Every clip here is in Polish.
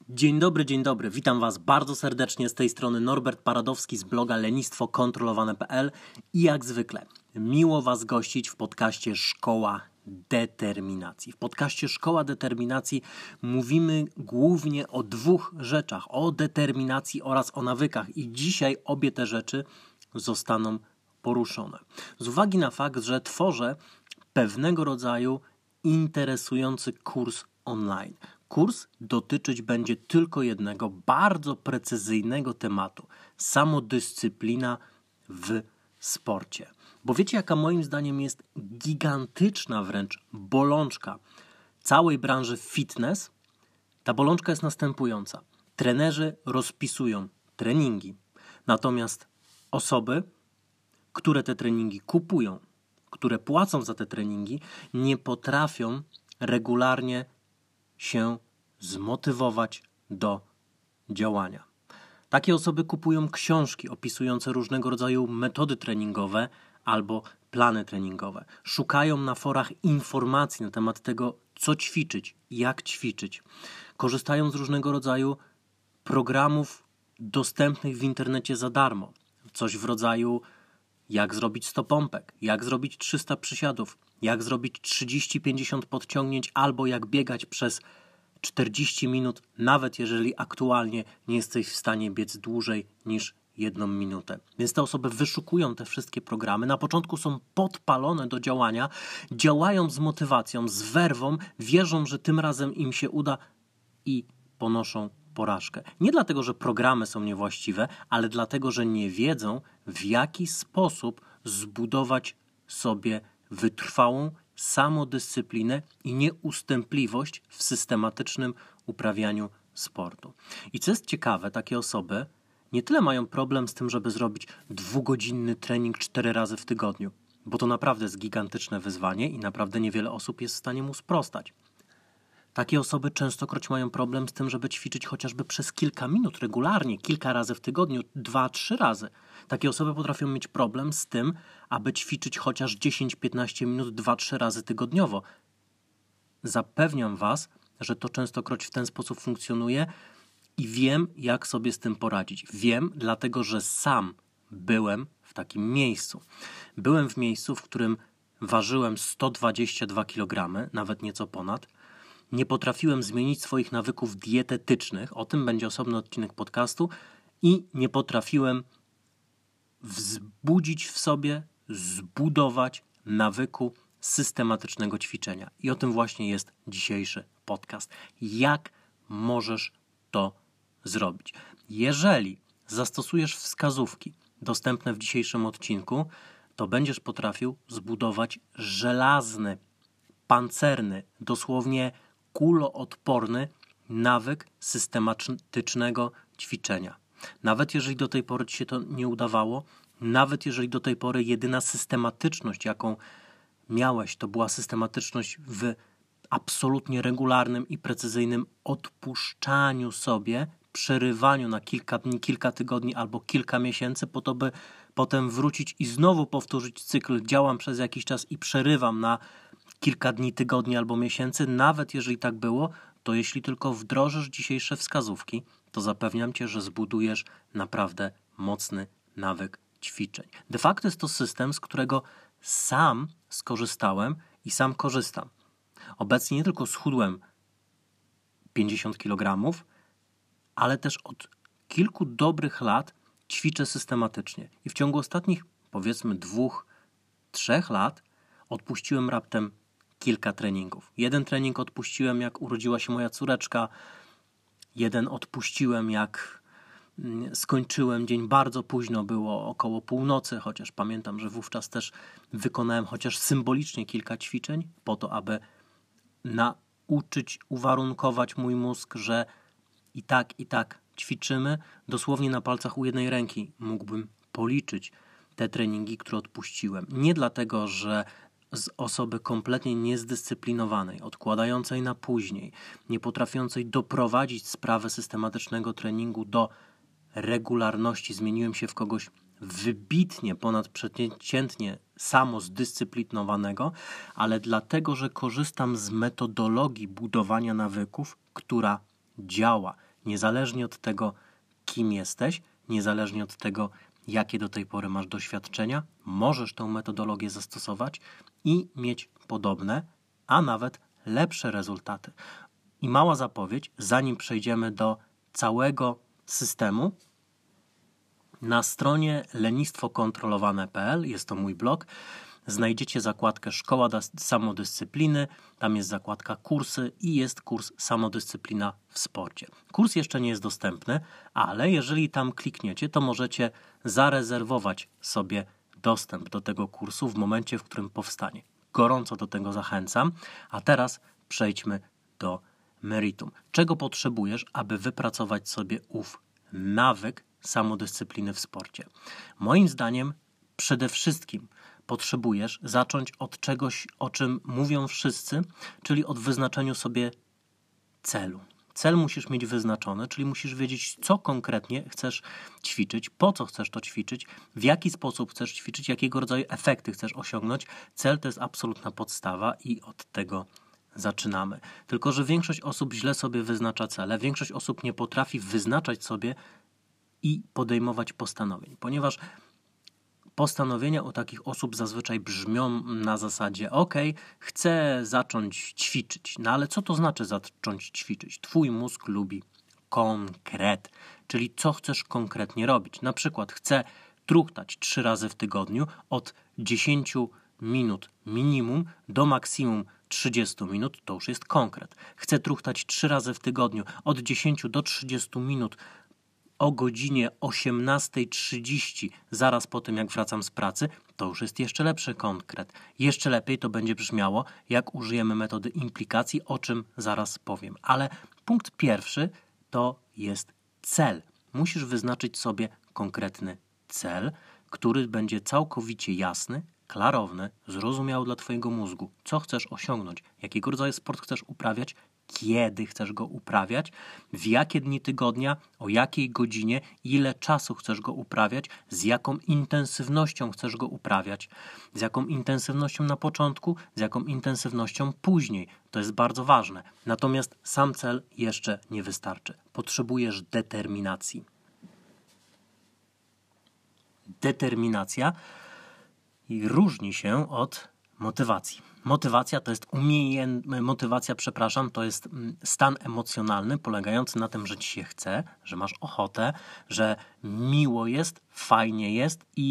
Dzień dobry, witam Was bardzo serdecznie z tej strony Norbert Paradowski z bloga lenistwokontrolowane.pl i jak zwykle miło Was gościć w podcaście Szkoła Determinacji. W podcaście Szkoła Determinacji mówimy głównie o dwóch rzeczach, o determinacji oraz o nawykach i dzisiaj obie te rzeczy zostaną poruszone. Z uwagi na fakt, że tworzę pewnego rodzaju interesujący kurs online. Kurs dotyczyć będzie tylko jednego, bardzo precyzyjnego tematu. Samodyscyplina w sporcie. Bo wiecie, jaka moim zdaniem jest gigantyczna wręcz bolączka całej branży fitness? Ta bolączka jest następująca. Trenerzy rozpisują treningi. Natomiast osoby, które te treningi kupują, które płacą za te treningi, nie potrafią regularnie się zmotywować do działania. Takie osoby kupują książki opisujące różnego rodzaju metody treningowe albo plany treningowe. Szukają na forach informacji na temat tego, co ćwiczyć, jak ćwiczyć. Korzystają z różnego rodzaju programów dostępnych w internecie za darmo. Coś w rodzaju jak zrobić 100 pompek, jak zrobić 300 przysiadów, jak zrobić 30-50 podciągnięć albo jak biegać przez 40 minut, nawet jeżeli aktualnie nie jesteś w stanie biec dłużej niż 1 minutę. Więc te osoby wyszukują te wszystkie programy. Na początku są podpalone do działania, działają z motywacją, z werwą, wierzą, że tym razem im się uda i ponoszą porażkę. Nie dlatego, że programy są niewłaściwe, ale dlatego, że nie wiedzą, w jaki sposób zbudować sobie wytrwałą samodyscyplinę i nieustępliwość w systematycznym uprawianiu sportu. I co jest ciekawe, takie osoby nie tyle mają problem z tym, żeby zrobić 2-godzinny trening 4 razy w tygodniu, bo to naprawdę jest gigantyczne wyzwanie i naprawdę niewiele osób jest w stanie mu sprostać. Takie osoby częstokroć mają problem z tym, żeby ćwiczyć chociażby przez kilka minut regularnie, kilka razy w tygodniu, 2-3 razy. Takie osoby potrafią mieć problem z tym, aby ćwiczyć chociaż 10-15 minut 2-3 razy tygodniowo. Zapewniam Was, że to częstokroć w ten sposób funkcjonuje i wiem, jak sobie z tym poradzić. Wiem, dlatego że sam byłem w takim miejscu. Byłem w miejscu, w którym ważyłem 122 kg, nawet nieco ponad. Nie potrafiłem zmienić swoich nawyków dietetycznych, o tym będzie osobny odcinek podcastu, i nie potrafiłem wzbudzić w sobie, zbudować nawyku systematycznego ćwiczenia. I o tym właśnie jest dzisiejszy podcast. Jak możesz to zrobić? Jeżeli zastosujesz wskazówki dostępne w dzisiejszym odcinku, to będziesz potrafił zbudować żelazny, pancerny, dosłownie kuloodporny nawyk systematycznego ćwiczenia. Nawet jeżeli do tej pory Ci się to nie udawało, nawet jeżeli do tej pory jedyna systematyczność, jaką miałeś, to była systematyczność w absolutnie regularnym i precyzyjnym odpuszczaniu sobie, przerywaniu na kilka dni, kilka tygodni albo kilka miesięcy, po to, by potem wrócić i znowu powtórzyć cykl. Działam przez jakiś czas i przerywam na kilka dni, tygodni albo miesięcy. Nawet jeżeli tak było, to jeśli tylko wdrożysz dzisiejsze wskazówki, to zapewniam Cię, że zbudujesz naprawdę mocny nawyk ćwiczeń. De facto jest to system, z którego sam skorzystałem i sam korzystam. Obecnie nie tylko schudłem 50 kg, ale też od kilku dobrych lat ćwiczę systematycznie. I w ciągu ostatnich, powiedzmy, 2-3 lat odpuściłem raptem kilka treningów. Jeden trening odpuściłem, jak urodziła się moja córeczka. Jeden odpuściłem, jak skończyłem dzień bardzo późno, było około północy, chociaż pamiętam, że wówczas też wykonałem chociaż symbolicznie kilka ćwiczeń po to, aby nauczyć, uwarunkować mój mózg, że i tak ćwiczymy. Dosłownie na palcach u jednej ręki mógłbym policzyć te treningi, które odpuściłem. Nie dlatego, że z osoby kompletnie niezdyscyplinowanej, odkładającej na później, nie potrafiącej doprowadzić sprawy systematycznego treningu do regularności, zmieniłem się w kogoś wybitnie, ponadprzeciętnie samozdyscyplinowanego, ale dlatego, że korzystam z metodologii budowania nawyków, która działa. Niezależnie od tego, kim jesteś, niezależnie od tego, jakie do tej pory masz doświadczenia, możesz tę metodologię zastosować i mieć podobne, a nawet lepsze rezultaty. I mała zapowiedź, zanim przejdziemy do całego systemu, na stronie lenistwokontrolowane.pl, jest to mój blog, znajdziecie zakładkę Szkoła Samodyscypliny, tam jest zakładka Kursy i jest kurs Samodyscyplina w sporcie. Kurs jeszcze nie jest dostępny, ale jeżeli tam klikniecie, to możecie zarezerwować sobie dostęp do tego kursu w momencie, w którym powstanie. Gorąco do tego zachęcam, a teraz przejdźmy do meritum. Czego potrzebujesz, aby wypracować sobie ów nawyk samodyscypliny w sporcie? Moim zdaniem przede wszystkim potrzebujesz zacząć od czegoś, o czym mówią wszyscy, czyli od wyznaczeniu sobie celu. Cel musisz mieć wyznaczony, czyli musisz wiedzieć, co konkretnie chcesz ćwiczyć, po co chcesz to ćwiczyć, w jaki sposób chcesz ćwiczyć, jakiego rodzaju efekty chcesz osiągnąć. Cel to jest absolutna podstawa i od tego zaczynamy. Tylko że większość osób źle sobie wyznacza cele, większość osób nie potrafi wyznaczać sobie i podejmować postanowień, ponieważ postanowienia u takich osób zazwyczaj brzmią na zasadzie chcę zacząć ćwiczyć. No ale co to znaczy zacząć ćwiczyć? Twój mózg lubi konkret, czyli co chcesz konkretnie robić. Na przykład chcę truchtać 3 razy w tygodniu od 10 minut minimum do maksimum 30 minut, to już jest konkret. Chcę truchtać 3 razy w tygodniu od 10 do 30 minut o godzinie 18:30, zaraz po tym jak wracam z pracy, to już jest jeszcze lepszy konkret. Jeszcze lepiej to będzie brzmiało, jak użyjemy metody implikacji, o czym zaraz powiem. Ale punkt pierwszy to jest cel. Musisz wyznaczyć sobie konkretny cel, który będzie całkowicie jasny, klarowny, zrozumiały dla Twojego mózgu. Co chcesz osiągnąć, jakiego rodzaju sport chcesz uprawiać, kiedy chcesz go uprawiać, w jakie dni tygodnia, o jakiej godzinie, ile czasu chcesz go uprawiać, z jaką intensywnością chcesz go uprawiać, z jaką intensywnością na początku, z jaką intensywnością później. To jest bardzo ważne. Natomiast sam cel jeszcze nie wystarczy. Potrzebujesz determinacji. Determinacja różni się od motywacji. Motywacja to jest stan emocjonalny polegający na tym, że ci się chce, że masz ochotę, że miło jest, fajnie jest i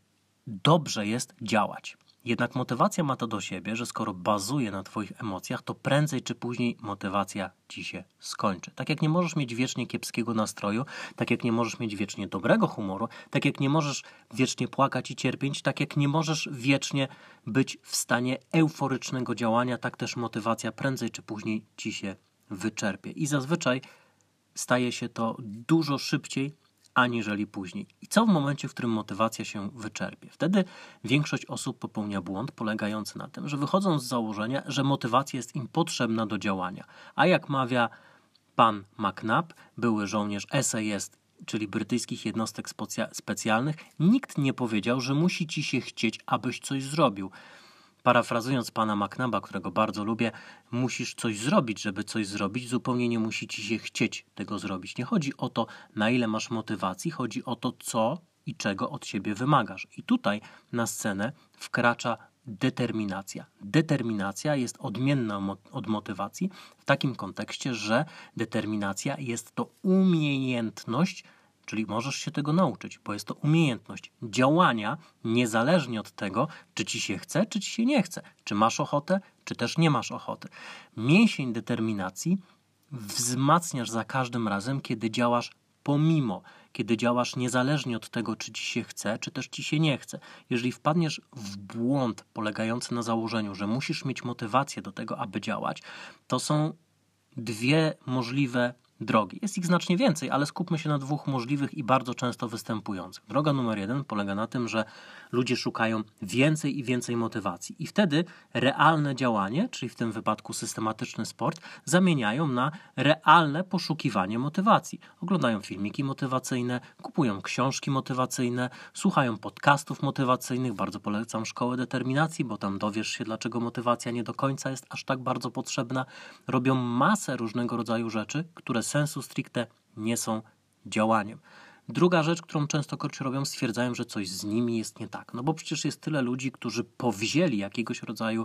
dobrze jest działać. Jednak motywacja ma to do siebie, że skoro bazuje na Twoich emocjach, to prędzej czy później motywacja Ci się skończy. Tak jak nie możesz mieć wiecznie kiepskiego nastroju, tak jak nie możesz mieć wiecznie dobrego humoru, tak jak nie możesz wiecznie płakać i cierpieć, tak jak nie możesz wiecznie być w stanie euforycznego działania, tak też motywacja prędzej czy później Ci się wyczerpie. I zazwyczaj staje się to dużo szybciej, aniżeli później. I co w momencie, w którym motywacja się wyczerpie? Wtedy większość osób popełnia błąd polegający na tym, że wychodzą z założenia, że motywacja jest im potrzebna do działania. A jak mawia pan McNabb, były żołnierz SAS, czyli brytyjskich jednostek specjalnych, nikt nie powiedział, że musi ci się chcieć, abyś coś zrobił. Parafrazując pana McNabba, którego bardzo lubię, musisz coś zrobić, żeby coś zrobić, zupełnie nie musi ci się chcieć tego zrobić. Nie chodzi o to, na ile masz motywacji, chodzi o to, co i czego od siebie wymagasz. I tutaj na scenę wkracza determinacja. Determinacja jest odmienna od motywacji w takim kontekście, że determinacja jest to umiejętność, czyli możesz się tego nauczyć, bo jest to umiejętność działania niezależnie od tego, czy ci się chce, czy ci się nie chce, czy masz ochotę, czy też nie masz ochoty. Mięsień determinacji wzmacniasz za każdym razem, kiedy działasz pomimo, kiedy działasz niezależnie od tego, czy ci się chce, czy też ci się nie chce. Jeżeli wpadniesz w błąd polegający na założeniu, że musisz mieć motywację do tego, aby działać, to są dwie możliwe drogi. Jest ich znacznie więcej, ale skupmy się na dwóch możliwych i bardzo często występujących. Droga numer 1 polega na tym, że ludzie szukają więcej i więcej motywacji i wtedy realne działanie, czyli w tym wypadku systematyczny sport, zamieniają na realne poszukiwanie motywacji. Oglądają filmiki motywacyjne, kupują książki motywacyjne, słuchają podcastów motywacyjnych. Bardzo polecam Szkołę Determinacji, bo tam dowiesz się, dlaczego motywacja nie do końca jest aż tak bardzo potrzebna. Robią masę różnego rodzaju rzeczy, które sensu stricte nie są działaniem. Druga rzecz, którą często coachi robią, stwierdzają, że coś z nimi jest nie tak. No bo przecież jest tyle ludzi, którzy powzięli jakiegoś rodzaju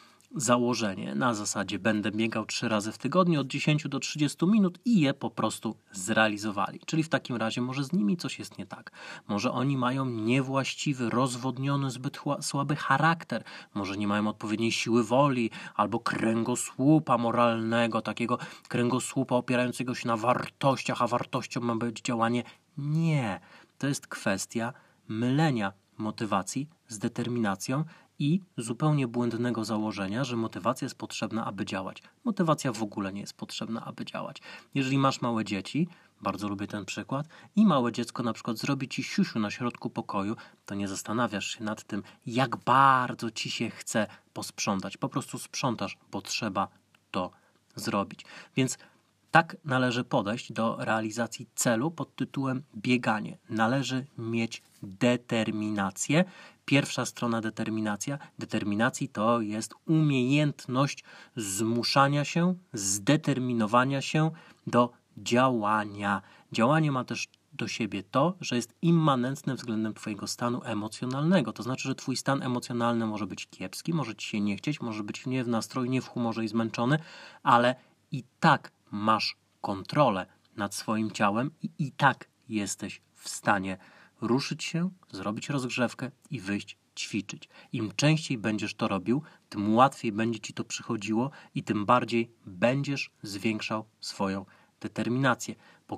założenie na zasadzie będę biegał 3 razy w tygodniu od 10 do 30 minut i je po prostu zrealizowali. Czyli w takim razie może z nimi coś jest nie tak. Może oni mają niewłaściwy, rozwodniony, zbyt słaby charakter. Może nie mają odpowiedniej siły woli albo kręgosłupa moralnego, takiego kręgosłupa opierającego się na wartościach, a wartością ma być działanie. Nie. To jest kwestia mylenia motywacji z determinacją i zupełnie błędnego założenia, że motywacja jest potrzebna, aby działać. Motywacja w ogóle nie jest potrzebna, aby działać. Jeżeli masz małe dzieci, bardzo lubię ten przykład, i małe dziecko na przykład zrobi ci siusiu na środku pokoju, to nie zastanawiasz się nad tym, jak bardzo ci się chce posprzątać. Po prostu sprzątasz, bo trzeba to zrobić. Więc tak należy podejść do realizacji celu pod tytułem bieganie. Należy mieć determinację. Pierwsza strona determinacji to jest umiejętność zmuszania się, zdeterminowania się do działania. Działanie ma też do siebie to, że jest immanentne względem twojego stanu emocjonalnego. To znaczy, że twój stan emocjonalny może być kiepski, może ci się nie chcieć, może być nie w nastroju, nie w humorze i zmęczony, ale i tak masz kontrolę nad swoim ciałem i tak jesteś w stanie ruszyć się, zrobić rozgrzewkę i wyjść ćwiczyć. Im częściej będziesz to robił, tym łatwiej będzie ci to przychodziło i tym bardziej będziesz zwiększał swoją determinację. Po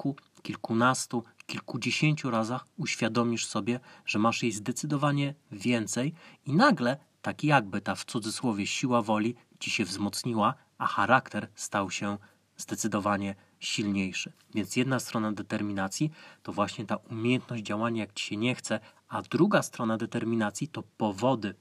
kilkunastu, kilkudziesięciu razach uświadomisz sobie, że masz jej zdecydowanie więcej i nagle, tak jakby ta w cudzysłowie siła woli ci się wzmocniła, a charakter stał się zdecydowanie silniejszy. Więc jedna strona determinacji to właśnie ta umiejętność działania, jak ci się nie chce, a druga strona determinacji to powody.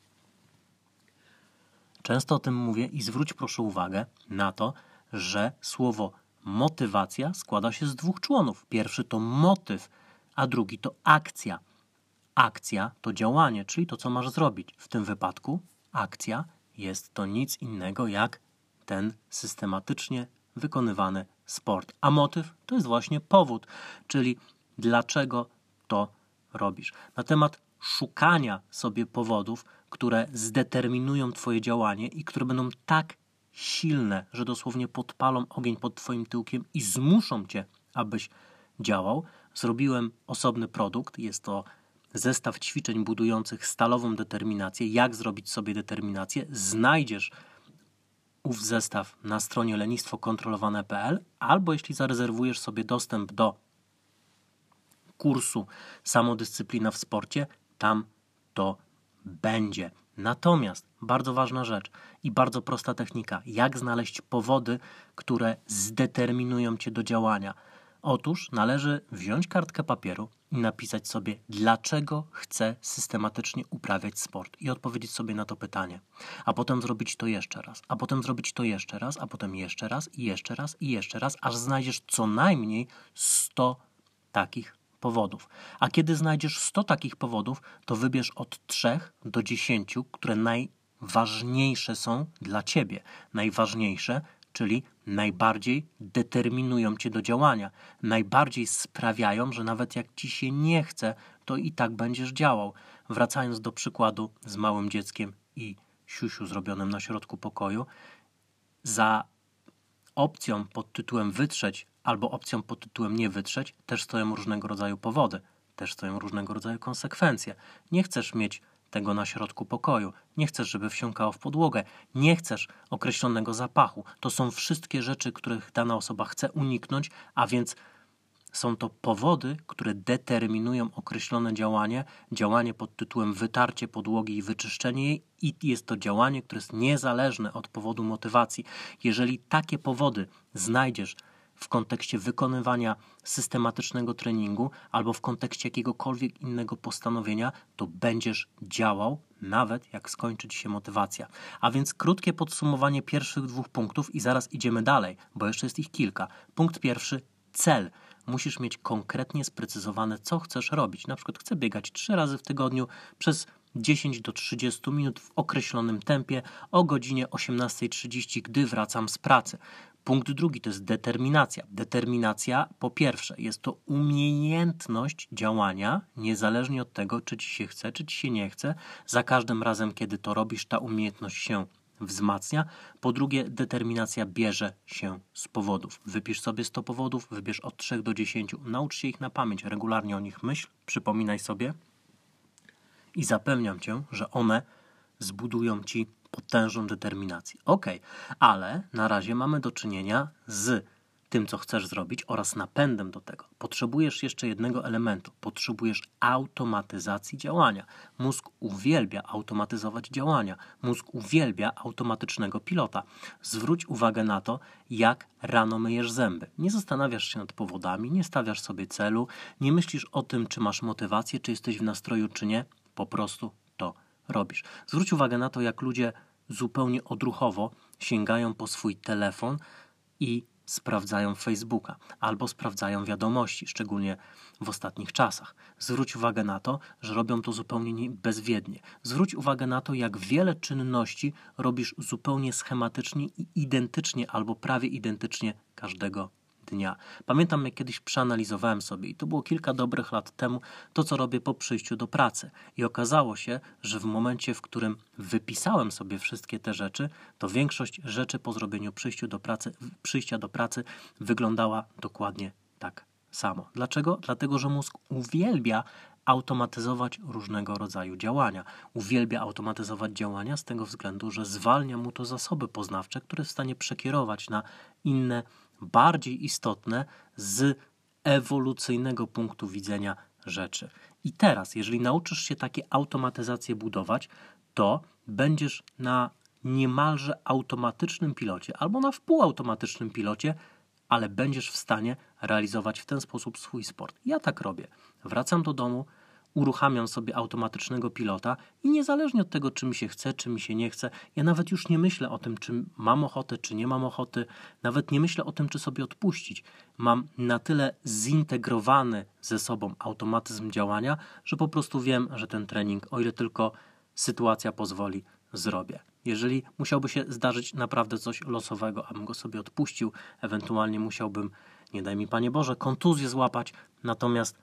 Często o tym mówię i zwróć proszę uwagę na to, że słowo motywacja składa się z 2 członów. Pierwszy to motyw, a drugi to akcja. Akcja to działanie, czyli to, co masz zrobić. W tym wypadku akcja jest to nic innego jak ten systematycznie wykonywany sport. A motyw to jest właśnie powód, czyli dlaczego to robisz. Na temat szukania sobie powodów, które zdeterminują twoje działanie i które będą tak silne, że dosłownie podpalą ogień pod twoim tyłkiem i zmuszą cię, abyś działał. Zrobiłem osobny produkt. Jest to zestaw ćwiczeń budujących stalową determinację. Jak zrobić sobie determinację? Znajdziesz ów zestaw na stronie lenistwokontrolowane.pl albo jeśli zarezerwujesz sobie dostęp do kursu Samodyscyplina w sporcie, tam to będzie. Natomiast bardzo ważna rzecz i bardzo prosta technika. Jak znaleźć powody, które zdeterminują cię do działania? Otóż należy wziąć kartkę papieru i napisać sobie, dlaczego chcę systematycznie uprawiać sport i odpowiedzieć sobie na to pytanie. A potem zrobić to jeszcze raz, a potem zrobić to jeszcze raz, a potem jeszcze raz i jeszcze raz i jeszcze raz, aż znajdziesz co najmniej 100 takich powodów. A kiedy znajdziesz 100 takich powodów, to wybierz od 3 do 10, które najważniejsze są dla ciebie. Najważniejsze, czyli najbardziej determinują cię do działania. Najbardziej sprawiają, że nawet jak ci się nie chce, to i tak będziesz działał. Wracając do przykładu z małym dzieckiem i siusiu zrobionym na środku pokoju, za opcją pod tytułem wytrzeć albo opcją pod tytułem nie wytrzeć też stoją różnego rodzaju powody, też stoją różnego rodzaju konsekwencje. Nie chcesz mieć tego na środku pokoju, nie chcesz, żeby wsiąkało w podłogę, nie chcesz określonego zapachu. To są wszystkie rzeczy, których dana osoba chce uniknąć, a więc są to powody, które determinują określone działanie pod tytułem wytarcie podłogi i wyczyszczenie jej i jest to działanie, które jest niezależne od powodu motywacji. Jeżeli takie powody znajdziesz w kontekście wykonywania systematycznego treningu albo w kontekście jakiegokolwiek innego postanowienia, to będziesz działał, nawet jak skończy ci się motywacja. A więc krótkie podsumowanie pierwszych 2 punktów i zaraz idziemy dalej, bo jeszcze jest ich kilka. Punkt pierwszy, cel. Musisz mieć konkretnie sprecyzowane, co chcesz robić. Na przykład chcę biegać 3 razy w tygodniu przez 10 do 30 minut w określonym tempie o godzinie 18:30, gdy wracam z pracy. Punkt drugi to jest determinacja. Determinacja, po pierwsze, jest to umiejętność działania, niezależnie od tego, czy ci się chce, czy ci się nie chce. Za każdym razem, kiedy to robisz, ta umiejętność się wzmacnia. Po drugie, determinacja bierze się z powodów. Wypisz sobie 100 powodów, wybierz od 3 do 10. Naucz się ich na pamięć, regularnie o nich myśl, przypominaj sobie i zapewniam cię, że one zbudują ci potężną determinację. Ale na razie mamy do czynienia z tym, co chcesz zrobić oraz napędem do tego. Potrzebujesz jeszcze jednego elementu. Potrzebujesz automatyzacji działania. Mózg uwielbia automatyzować działania. Mózg uwielbia automatycznego pilota. Zwróć uwagę na to, jak rano myjesz zęby. Nie zastanawiasz się nad powodami, nie stawiasz sobie celu, nie myślisz o tym, czy masz motywację, czy jesteś w nastroju, czy nie. Po prostu to robisz. Zwróć uwagę na to, jak ludzie zupełnie odruchowo sięgają po swój telefon i sprawdzają Facebooka albo sprawdzają wiadomości, szczególnie w ostatnich czasach. Zwróć uwagę na to, że robią to zupełnie bezwiednie. Zwróć uwagę na to, jak wiele czynności robisz zupełnie schematycznie i identycznie albo prawie identycznie każdego dnia. Pamiętam, jak kiedyś przeanalizowałem sobie i to było kilka dobrych lat temu, to co robię po przyjściu do pracy. I okazało się, że w momencie, w którym wypisałem sobie wszystkie te rzeczy, to większość rzeczy po zrobieniu przyjścia do pracy wyglądała dokładnie tak samo. Dlaczego? Dlatego, że mózg uwielbia automatyzować różnego rodzaju działania. Uwielbia automatyzować działania z tego względu, że zwalnia mu to zasoby poznawcze, które jest w stanie przekierować na inne, bardziej istotne z ewolucyjnego punktu widzenia rzeczy. I teraz, jeżeli nauczysz się takie automatyzacje budować, to będziesz na niemalże automatycznym pilocie albo na wpółautomatycznym pilocie, ale będziesz w stanie realizować w ten sposób swój sport. Ja tak robię. Wracam do domu, uruchamiam sobie automatycznego pilota i niezależnie od tego, czy mi się chce, czy mi się nie chce, ja nawet już nie myślę o tym, czy mam ochotę, czy nie mam ochoty, nawet nie myślę o tym, czy sobie odpuścić. Mam na tyle zintegrowany ze sobą automatyzm działania, że po prostu wiem, że ten trening, o ile tylko sytuacja pozwoli, zrobię. Jeżeli musiałby się zdarzyć naprawdę coś losowego, abym go sobie odpuścił, ewentualnie musiałbym, nie daj mi Panie Boże, kontuzję złapać, natomiast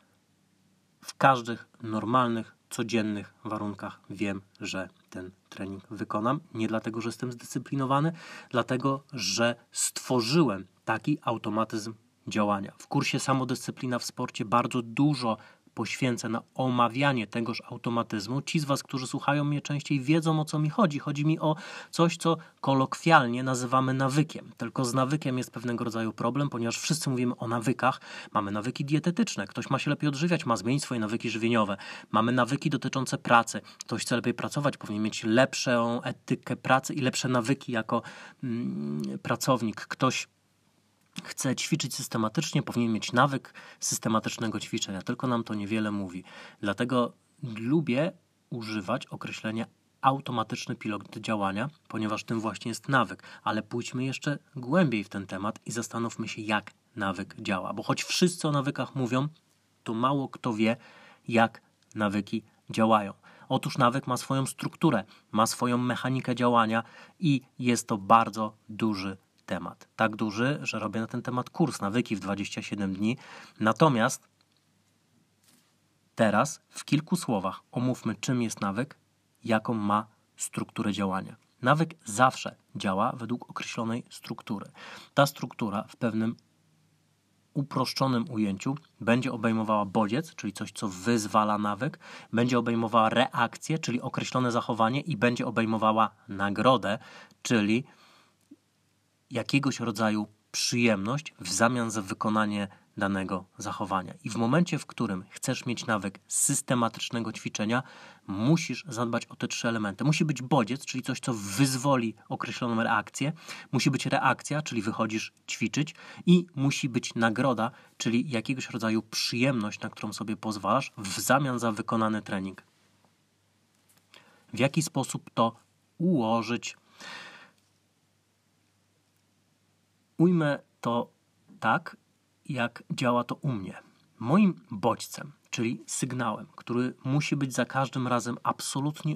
w każdych normalnych, codziennych warunkach wiem, że ten trening wykonam. Nie dlatego, że jestem zdyscyplinowany, dlatego, że stworzyłem taki automatyzm działania. W kursie Samodyscyplina w sporcie bardzo dużo poświęcę na omawianie tegoż automatyzmu. Ci z Was, którzy słuchają mnie częściej, wiedzą, o co mi chodzi. Chodzi mi o coś, co kolokwialnie nazywamy nawykiem. Tylko z nawykiem jest pewnego rodzaju problem, ponieważ wszyscy mówimy o nawykach. Mamy nawyki dietetyczne. Ktoś ma się lepiej odżywiać, ma zmienić swoje nawyki żywieniowe. Mamy nawyki dotyczące pracy. Ktoś chce lepiej pracować, powinien mieć lepszą etykę pracy i lepsze nawyki jako pracownik. Ktoś chce ćwiczyć systematycznie, powinien mieć nawyk systematycznego ćwiczenia, tylko nam to niewiele mówi. Dlatego lubię używać określenia automatyczny pilot działania, ponieważ tym właśnie jest nawyk. Ale pójdźmy jeszcze głębiej w ten temat i zastanówmy się, jak nawyk działa. Bo choć wszyscy o nawykach mówią, to mało kto wie, jak nawyki działają. Otóż nawyk ma swoją strukturę, ma swoją mechanikę działania i jest to bardzo duży temat. Tak duży, że robię na ten temat kurs Nawyki w 27 dni. Natomiast teraz w kilku słowach omówmy, czym jest nawyk, jaką ma strukturę działania. Nawyk zawsze działa według określonej struktury. Ta struktura w pewnym uproszczonym ujęciu będzie obejmowała bodziec, czyli coś, co wyzwala nawyk, będzie obejmowała reakcję, czyli określone zachowanie i będzie obejmowała nagrodę, czyli jakiegoś rodzaju przyjemność w zamian za wykonanie danego zachowania. I w momencie, w którym chcesz mieć nawyk systematycznego ćwiczenia, musisz zadbać o te 3 elementy. Musi być bodziec, czyli coś, co wyzwoli określoną reakcję. Musi być reakcja, czyli wychodzisz ćwiczyć. I musi być nagroda, czyli jakiegoś rodzaju przyjemność, na którą sobie pozwalasz w zamian za wykonany trening. W jaki sposób to ułożyć? Ujmę to tak, jak działa to u mnie. Moim bodźcem, czyli sygnałem, który musi być za każdym razem absolutnie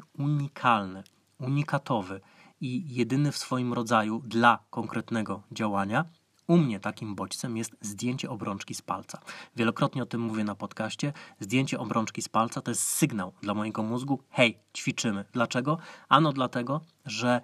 unikatowy i jedyny w swoim rodzaju dla konkretnego działania, U mnie takim bodźcem jest zdjęcie obrączki z palca. Wielokrotnie o tym mówię na podcaście. Zdjęcie obrączki z palca to jest sygnał dla mojego mózgu: hej, ćwiczymy. Dlaczego? Ano dlatego, że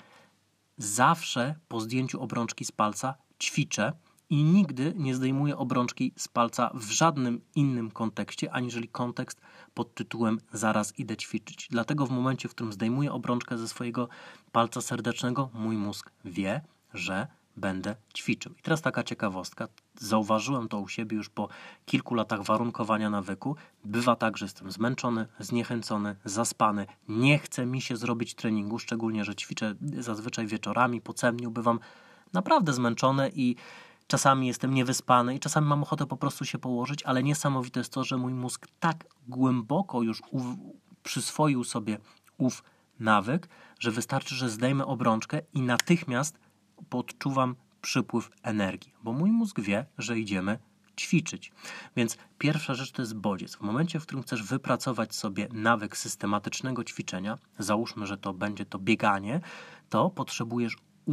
zawsze po zdjęciu obrączki z palca ćwiczę i nigdy nie zdejmuję obrączki z palca w żadnym innym kontekście, aniżeli kontekst pod tytułem zaraz idę ćwiczyć. Dlatego w momencie, w którym zdejmuję obrączkę ze swojego palca serdecznego, mój mózg wie, że będę ćwiczył. I teraz taka ciekawostka. Zauważyłem to u siebie już po kilku latach warunkowania nawyku. Bywa tak, że jestem zmęczony, zniechęcony, zaspany. Nie chce mi się zrobić treningu, szczególnie, że ćwiczę zazwyczaj wieczorami, po cemniu. Bywam naprawdę zmęczony i czasami jestem niewyspany i czasami mam ochotę po prostu się położyć, ale niesamowite jest to, że mój mózg tak głęboko już przyswoił sobie ów nawyk, że wystarczy, że zdejmę obrączkę i natychmiast odczuwam przypływ energii, bo mój mózg wie, że idziemy ćwiczyć. Więc pierwsza rzecz to jest bodziec. W momencie, w którym chcesz wypracować sobie nawyk systematycznego ćwiczenia, załóżmy, że to będzie to bieganie, to potrzebujesz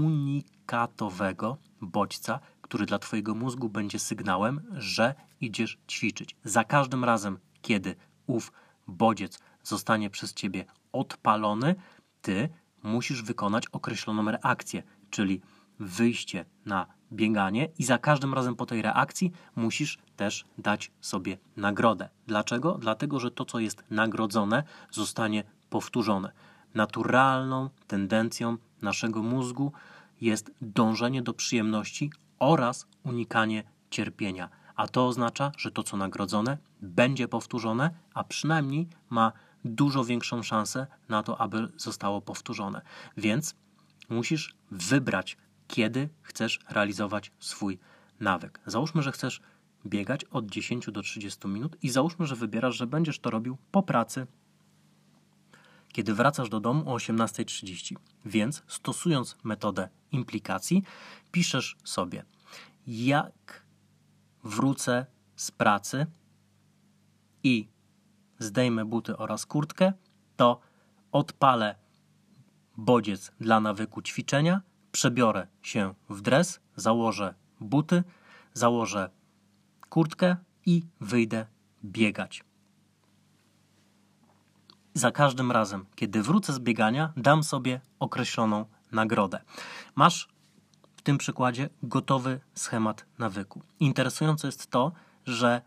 unikatowego bodźca, który dla twojego mózgu będzie sygnałem, że idziesz ćwiczyć. Za każdym razem, kiedy ów bodziec zostanie przez ciebie odpalony, ty musisz wykonać określoną reakcję, czyli wyjście na bieganie i za każdym razem po tej reakcji musisz też dać sobie nagrodę. Dlaczego? Dlatego, że to, co jest nagrodzone, zostanie powtórzone. Naturalną tendencją naszego mózgu jest dążenie do przyjemności oraz unikanie cierpienia. A to oznacza, że to, co nagrodzone, będzie powtórzone, a przynajmniej ma dużo większą szansę na to, aby zostało powtórzone. Więc musisz wybrać, kiedy chcesz realizować swój nawyk. Załóżmy, że chcesz biegać od 10 do 30 minut i załóżmy, że wybierasz, że będziesz to robił po pracy, kiedy wracasz do domu o 18:30. Więc stosując metodę implikacji, piszesz sobie: jak wrócę z pracy i zdejmę buty oraz kurtkę, to odpalę bodziec dla nawyku ćwiczenia, przebiorę się w dres, założę buty, założę kurtkę i wyjdę biegać. Za każdym razem, kiedy wrócę z biegania, dam sobie określoną nagrodę. Masz w tym przykładzie gotowy schemat nawyku. Interesujące jest to, że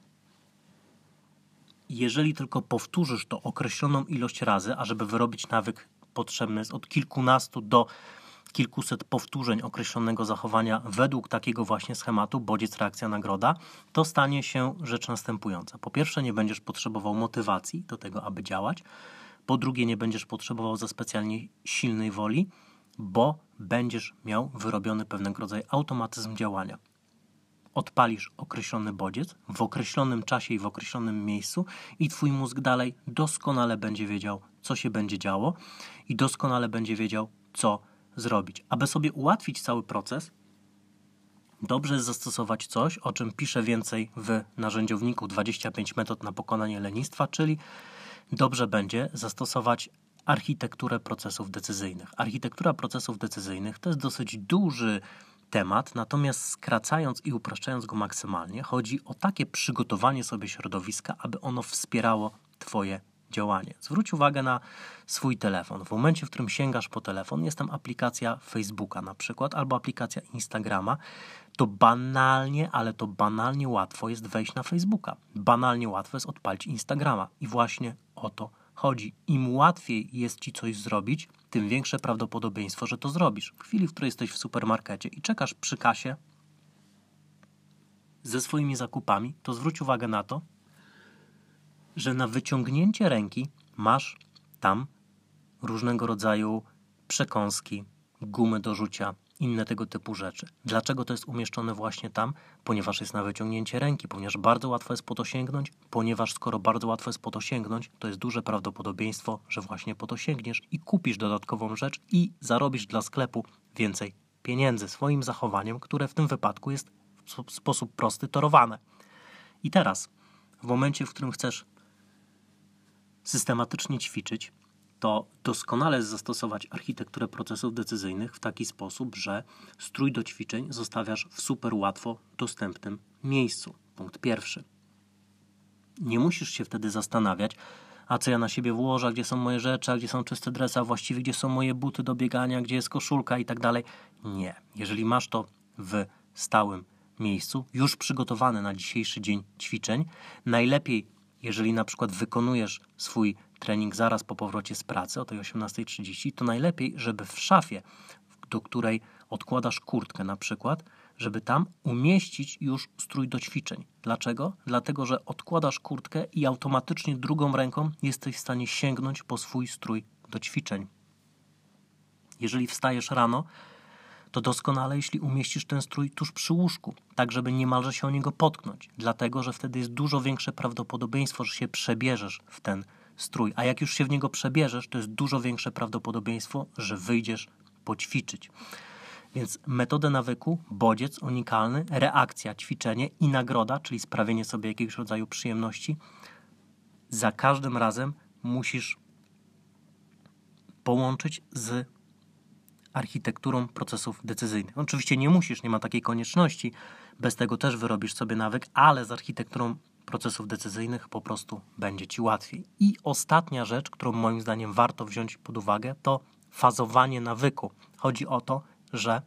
jeżeli tylko powtórzysz to określoną ilość razy, a żeby wyrobić nawyk potrzebny jest od kilkunastu do kilkuset powtórzeń określonego zachowania według takiego właśnie schematu, bodziec, reakcja, nagroda, to stanie się rzecz następująca. Po pierwsze, nie będziesz potrzebował motywacji do tego, aby działać. Po drugie, nie będziesz potrzebował za specjalnie silnej woli, bo będziesz miał wyrobiony pewnego rodzaju automatyzm działania. Odpalisz określony bodziec w określonym czasie i w określonym miejscu i twój mózg dalej doskonale będzie wiedział, co się będzie działo i doskonale będzie wiedział, co zrobić. Aby sobie ułatwić cały proces, dobrze jest zastosować coś, o czym piszę więcej w narzędziowniku 25 metod na pokonanie lenistwa, czyli dobrze będzie zastosować architekturę procesów decyzyjnych. Architektura procesów decyzyjnych to jest dosyć duży temat, natomiast skracając i upraszczając go maksymalnie, chodzi o takie przygotowanie sobie środowiska, aby ono wspierało twoje działanie. Zwróć uwagę na swój telefon. W momencie, w którym sięgasz po telefon, jest tam aplikacja Facebooka na przykład, albo aplikacja Instagrama, to banalnie, ale to banalnie łatwo jest wejść na Facebooka. Banalnie łatwo jest odpalić Instagrama. I właśnie o to chodzi. Im łatwiej jest ci coś zrobić, tym większe prawdopodobieństwo, że to zrobisz. W chwili, w której jesteś w supermarkecie i czekasz przy kasie ze swoimi zakupami, to zwróć uwagę na to, że na wyciągnięcie ręki masz tam różnego rodzaju przekąski, gumy do rzucia, inne tego typu rzeczy. Dlaczego to jest umieszczone właśnie tam? Ponieważ jest na wyciągnięcie ręki, ponieważ bardzo łatwo jest po to sięgnąć, ponieważ skoro bardzo łatwo jest po to sięgnąć, to jest duże prawdopodobieństwo, że właśnie po to sięgniesz i kupisz dodatkową rzecz i zarobisz dla sklepu więcej pieniędzy swoim zachowaniem, które w tym wypadku jest w sposób prosty torowane. I teraz, w momencie, w którym chcesz systematycznie ćwiczyć, to doskonale zastosować architekturę procesów decyzyjnych w taki sposób, że strój do ćwiczeń zostawiasz w super łatwo dostępnym miejscu. Punkt pierwszy. Nie musisz się wtedy zastanawiać, a co ja na siebie włożę, gdzie są moje rzeczy, a gdzie są czyste dresy, a właściwie gdzie są moje buty do biegania, gdzie jest koszulka i tak dalej. Nie. Jeżeli masz to w stałym miejscu, już przygotowane na dzisiejszy dzień ćwiczeń, najlepiej, jeżeli na przykład wykonujesz swój trening zaraz po powrocie z pracy o tej 18:30, to najlepiej, żeby w szafie, do której odkładasz kurtkę na przykład, żeby tam umieścić już strój do ćwiczeń. Dlaczego? Dlatego, że odkładasz kurtkę i automatycznie drugą ręką jesteś w stanie sięgnąć po swój strój do ćwiczeń. Jeżeli wstajesz rano, to doskonale, jeśli umieścisz ten strój tuż przy łóżku, tak żeby niemalże się o niego potknąć, dlatego, że wtedy jest dużo większe prawdopodobieństwo, że się przebierzesz w ten strój, a jak już się w niego przebierzesz, to jest dużo większe prawdopodobieństwo, że wyjdziesz poćwiczyć. Więc metodę nawyku, bodziec unikalny, reakcja, ćwiczenie i nagroda, czyli sprawienie sobie jakiegoś rodzaju przyjemności, za każdym razem musisz połączyć z architekturą procesów decyzyjnych. Oczywiście nie musisz, nie ma takiej konieczności, bez tego też wyrobisz sobie nawyk, ale z architekturą procesów decyzyjnych po prostu będzie Ci łatwiej. I ostatnia rzecz, którą moim zdaniem warto wziąć pod uwagę, to fazowanie nawyku. Chodzi o to, że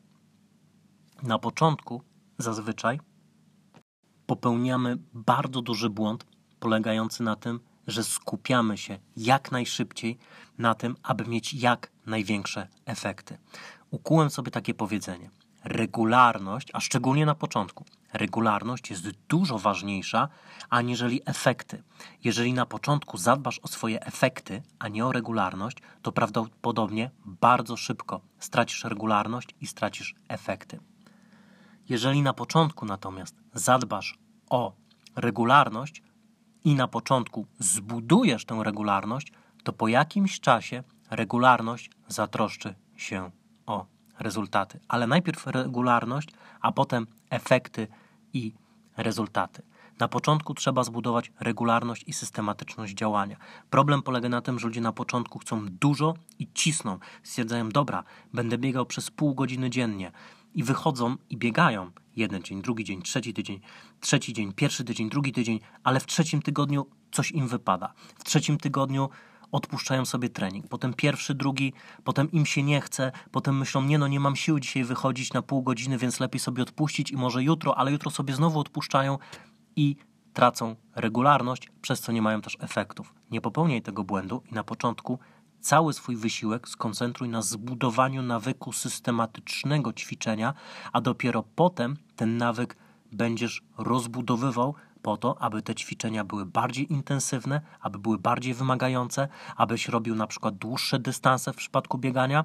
na początku zazwyczaj popełniamy bardzo duży błąd polegający na tym, że skupiamy się jak najszybciej na tym, aby mieć jak największe efekty. Ukułem sobie takie powiedzenie. Regularność, a szczególnie na początku, regularność jest dużo ważniejsza aniżeli efekty. Jeżeli na początku zadbasz o swoje efekty, a nie o regularność, to prawdopodobnie bardzo szybko stracisz regularność i stracisz efekty. Jeżeli na początku natomiast zadbasz o regularność i na początku zbudujesz tę regularność, to po jakimś czasie regularność zatroszczy się o rezultaty. Ale najpierw regularność, a potem efekty i rezultaty. Na początku trzeba zbudować regularność i systematyczność działania. Problem polega na tym, że ludzie na początku chcą dużo i cisną. Stwierdzają, dobra, będę biegał przez pół godziny dziennie. I wychodzą i biegają jeden dzień, drugi dzień, trzeci dzień, pierwszy tydzień, drugi tydzień, ale w trzecim tygodniu coś im wypada. W trzecim tygodniu odpuszczają sobie trening. Potem pierwszy, drugi, potem im się nie chce, potem myślą, nie mam siły dzisiaj wychodzić na pół godziny, więc lepiej sobie odpuścić i może jutro, ale jutro sobie znowu odpuszczają i tracą regularność, przez co nie mają też efektów. Nie popełniaj tego błędu i na początku cały swój wysiłek skoncentruj na zbudowaniu nawyku systematycznego ćwiczenia, a dopiero potem ten nawyk będziesz rozbudowywał po to, aby te ćwiczenia były bardziej intensywne, aby były bardziej wymagające, abyś robił na przykład dłuższe dystanse w przypadku biegania,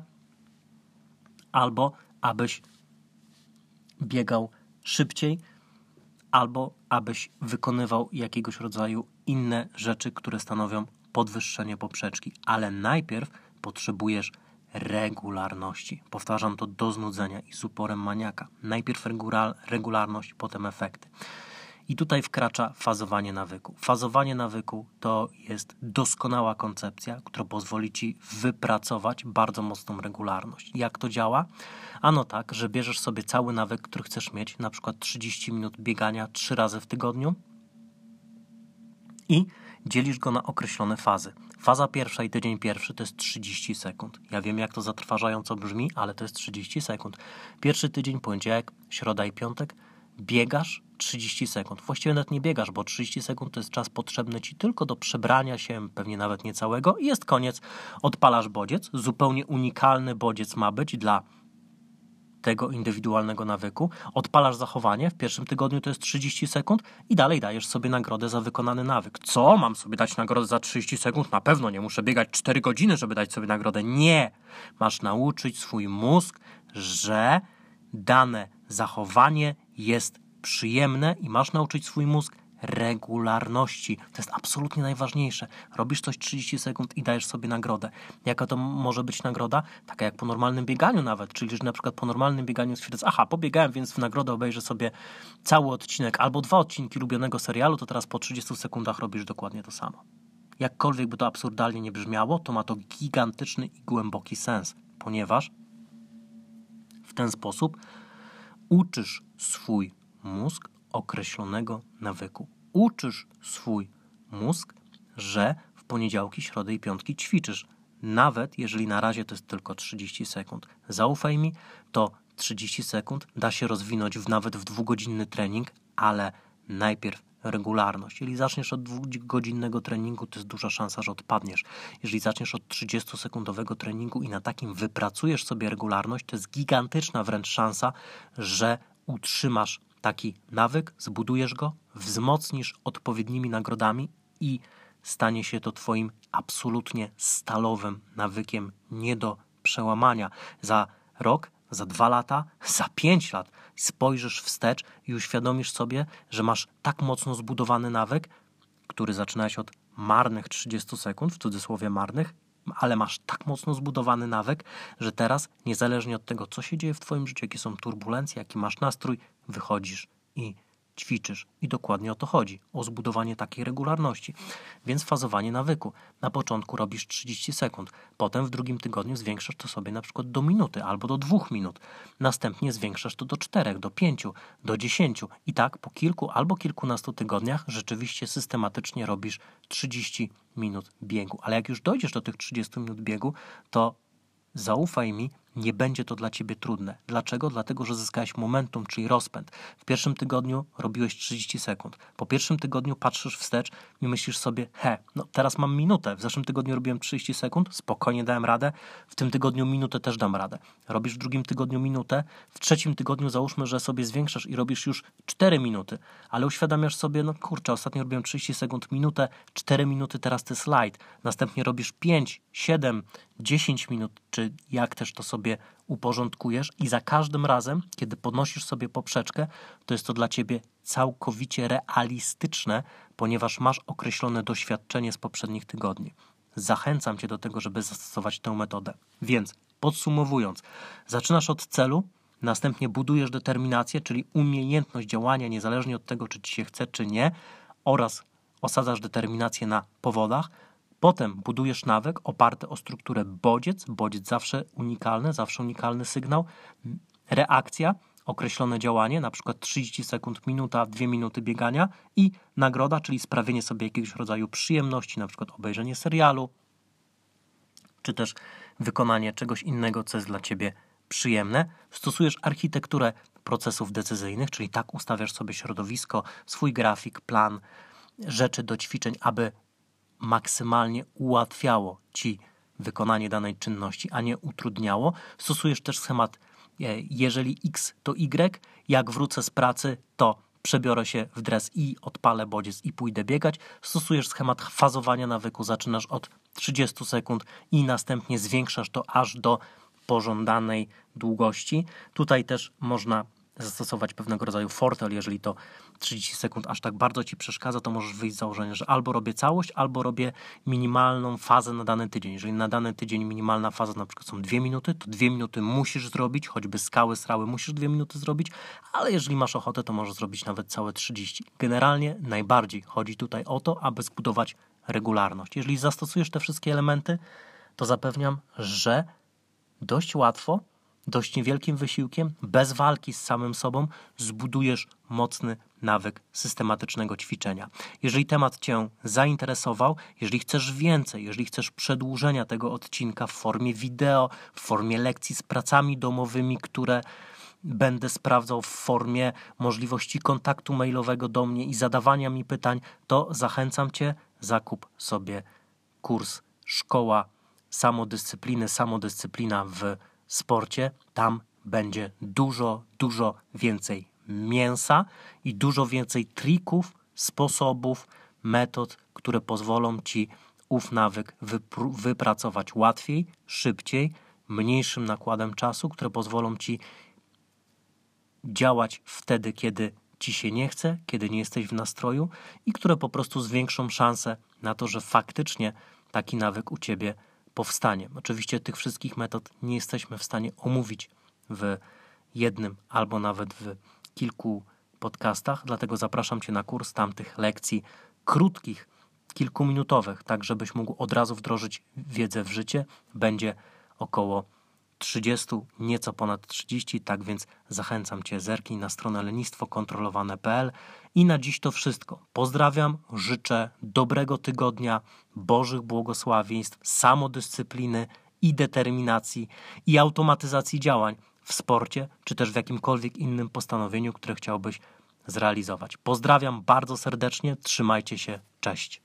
albo abyś biegał szybciej, albo abyś wykonywał jakiegoś rodzaju inne rzeczy, które stanowią podwyższenie poprzeczki. Ale najpierw potrzebujesz regularności. Powtarzam to do znudzenia i z uporem maniaka. Najpierw regularność, potem efekty. I tutaj wkracza fazowanie nawyku. Fazowanie nawyku to jest doskonała koncepcja, która pozwoli Ci wypracować bardzo mocną regularność. Jak to działa? Ano tak, że bierzesz sobie cały nawyk, który chcesz mieć, na przykład 30 minut biegania 3 razy w tygodniu i dzielisz go na określone fazy. Faza pierwsza i tydzień pierwszy to jest 30 sekund. Ja wiem, jak to zatrważająco brzmi, ale to jest 30 sekund. Pierwszy tydzień, poniedziałek, środa i piątek, biegasz 30 sekund. Właściwie nawet nie biegasz, bo 30 sekund to jest czas potrzebny Ci tylko do przebrania się, pewnie nawet nie całego i jest koniec. Odpalasz bodziec. Zupełnie unikalny bodziec ma być dla tego indywidualnego nawyku. Odpalasz zachowanie. W pierwszym tygodniu to jest 30 sekund i dalej dajesz sobie nagrodę za wykonany nawyk. Co? Mam sobie dać nagrodę za 30 sekund? Na pewno nie. Muszę biegać 4 godziny, żeby dać sobie nagrodę. Nie. Masz nauczyć swój mózg, że dane zachowanie jest przyjemne i masz nauczyć swój mózg regularności. To jest absolutnie najważniejsze. Robisz coś 30 sekund i dajesz sobie nagrodę. Jaka to może być nagroda? Taka jak po normalnym bieganiu nawet, czyli że na przykład po normalnym bieganiu stwierdzasz, pobiegałem, więc w nagrodę obejrzę sobie cały odcinek albo 2 odcinki ulubionego serialu, to teraz po 30 sekundach robisz dokładnie to samo. jakkolwiek by to absurdalnie nie brzmiało, to ma to gigantyczny i głęboki sens, ponieważ w ten sposób uczysz swój mózg określonego nawyku. Uczysz swój mózg, że w poniedziałki, środy i piątki ćwiczysz. Nawet jeżeli na razie to jest tylko 30 sekund. Zaufaj mi, to 30 sekund da się rozwinąć nawet w 2-godzinny trening, ale najpierw regularność. Jeżeli zaczniesz od 2-godzinnego treningu, to jest duża szansa, że odpadniesz. Jeżeli zaczniesz od 30-sekundowego treningu i na takim wypracujesz sobie regularność, to jest gigantyczna wręcz szansa, że utrzymasz taki nawyk, zbudujesz go, wzmocnisz odpowiednimi nagrodami i stanie się to twoim absolutnie stalowym nawykiem nie do przełamania. Za rok, za 2 lata, za 5 lat spojrzysz wstecz i uświadomisz sobie, że masz tak mocno zbudowany nawyk, który zaczynałeś od marnych 30 sekund, w cudzysłowie marnych, ale masz tak mocno zbudowany nawyk, że teraz, niezależnie od tego, co się dzieje w twoim życiu, jakie są turbulencje, jaki masz nastrój, wychodzisz i ćwiczysz. I dokładnie o to chodzi, o zbudowanie takiej regularności. Więc fazowanie nawyku. Na początku robisz 30 sekund, potem w drugim tygodniu zwiększasz to sobie na przykład do minuty albo do 2 minut. Następnie zwiększasz to do 4, do 5, do 10 i tak po kilku albo kilkunastu tygodniach rzeczywiście systematycznie robisz 30 minut biegu. Ale jak już dojdziesz do tych 30 minut biegu, to zaufaj mi, nie będzie to dla ciebie trudne. Dlaczego? Dlatego, że zyskałeś momentum, czyli rozpęd. W pierwszym tygodniu robiłeś 30 sekund. Po pierwszym tygodniu patrzysz wstecz i myślisz sobie, teraz mam minutę. W zeszłym tygodniu robiłem 30 sekund, spokojnie dałem radę. W tym tygodniu minutę też dam radę. Robisz w drugim tygodniu minutę. W trzecim tygodniu załóżmy, że sobie zwiększasz i robisz już 4 minuty. Ale uświadamiasz sobie, ostatnio robiłem 30 sekund, minutę, 4 minuty, teraz to jest light. Następnie robisz 5, 7, 10 minut, czy jak też to sobie uporządkujesz i za każdym razem, kiedy podnosisz sobie poprzeczkę, to jest to dla ciebie całkowicie realistyczne, ponieważ masz określone doświadczenie z poprzednich tygodni. Zachęcam cię do tego, żeby zastosować tę metodę. Więc podsumowując, zaczynasz od celu, następnie budujesz determinację, czyli umiejętność działania niezależnie od tego, czy ci się chce, czy nie, oraz osadzasz determinację na powodach. Potem budujesz nawyk oparty o strukturę bodziec zawsze unikalny sygnał, reakcja, określone działanie, na przykład 30 sekund, minuta, 2 minuty biegania i nagroda, czyli sprawienie sobie jakiegoś rodzaju przyjemności, na przykład obejrzenie serialu, czy też wykonanie czegoś innego, co jest dla ciebie przyjemne. Stosujesz architekturę procesów decyzyjnych, czyli tak ustawiasz sobie środowisko, swój grafik, plan, rzeczy do ćwiczeń, aby maksymalnie ułatwiało ci wykonanie danej czynności, a nie utrudniało. Stosujesz też schemat, jeżeli X to Y, jak wrócę z pracy, to przebiorę się w dres i odpalę bodziec i pójdę biegać. Stosujesz schemat fazowania nawyku, zaczynasz od 30 sekund i następnie zwiększasz to aż do pożądanej długości. Tutaj też można zastosować pewnego rodzaju fortel, jeżeli to 30 sekund aż tak bardzo ci przeszkadza, to możesz wyjść z założenia, że albo robię całość, albo robię minimalną fazę na dany tydzień. Jeżeli na dany tydzień minimalna faza na przykład są 2 minuty, to 2 minuty musisz zrobić, choćby skały, srały musisz 2 minuty zrobić, ale jeżeli masz ochotę, to możesz zrobić nawet całe 30. Generalnie najbardziej chodzi tutaj o to, aby zbudować regularność. Jeżeli zastosujesz te wszystkie elementy, to zapewniam, że dość łatwo, dość niewielkim wysiłkiem, bez walki z samym sobą zbudujesz mocny nawyk systematycznego ćwiczenia. Jeżeli temat cię zainteresował, jeżeli chcesz więcej, jeżeli chcesz przedłużenia tego odcinka w formie wideo, w formie lekcji z pracami domowymi, które będę sprawdzał w formie możliwości kontaktu mailowego do mnie i zadawania mi pytań, to zachęcam cię, zakup sobie kurs Szkoła Samodyscyplina w sporcie. Tam będzie dużo więcej mięsa i dużo więcej trików, sposobów, metod, które pozwolą ci ów nawyk wypracować łatwiej, szybciej, mniejszym nakładem czasu, które pozwolą ci działać wtedy, kiedy ci się nie chce, kiedy nie jesteś w nastroju i które po prostu zwiększą szansę na to, że faktycznie taki nawyk u ciebie powstanie. Oczywiście tych wszystkich metod nie jesteśmy w stanie omówić w jednym albo nawet w kilku podcastach, dlatego zapraszam cię na kurs tamtych lekcji krótkich, kilkuminutowych, tak żebyś mógł od razu wdrożyć wiedzę w życie, będzie około 30, nieco ponad 30, tak więc zachęcam Cię, zerknij na stronę lenistwokontrolowane.pl i na dziś to wszystko. Pozdrawiam, życzę dobrego tygodnia, Bożych błogosławieństw, samodyscypliny i determinacji i automatyzacji działań w sporcie, czy też w jakimkolwiek innym postanowieniu, które chciałbyś zrealizować. Pozdrawiam bardzo serdecznie, trzymajcie się, cześć.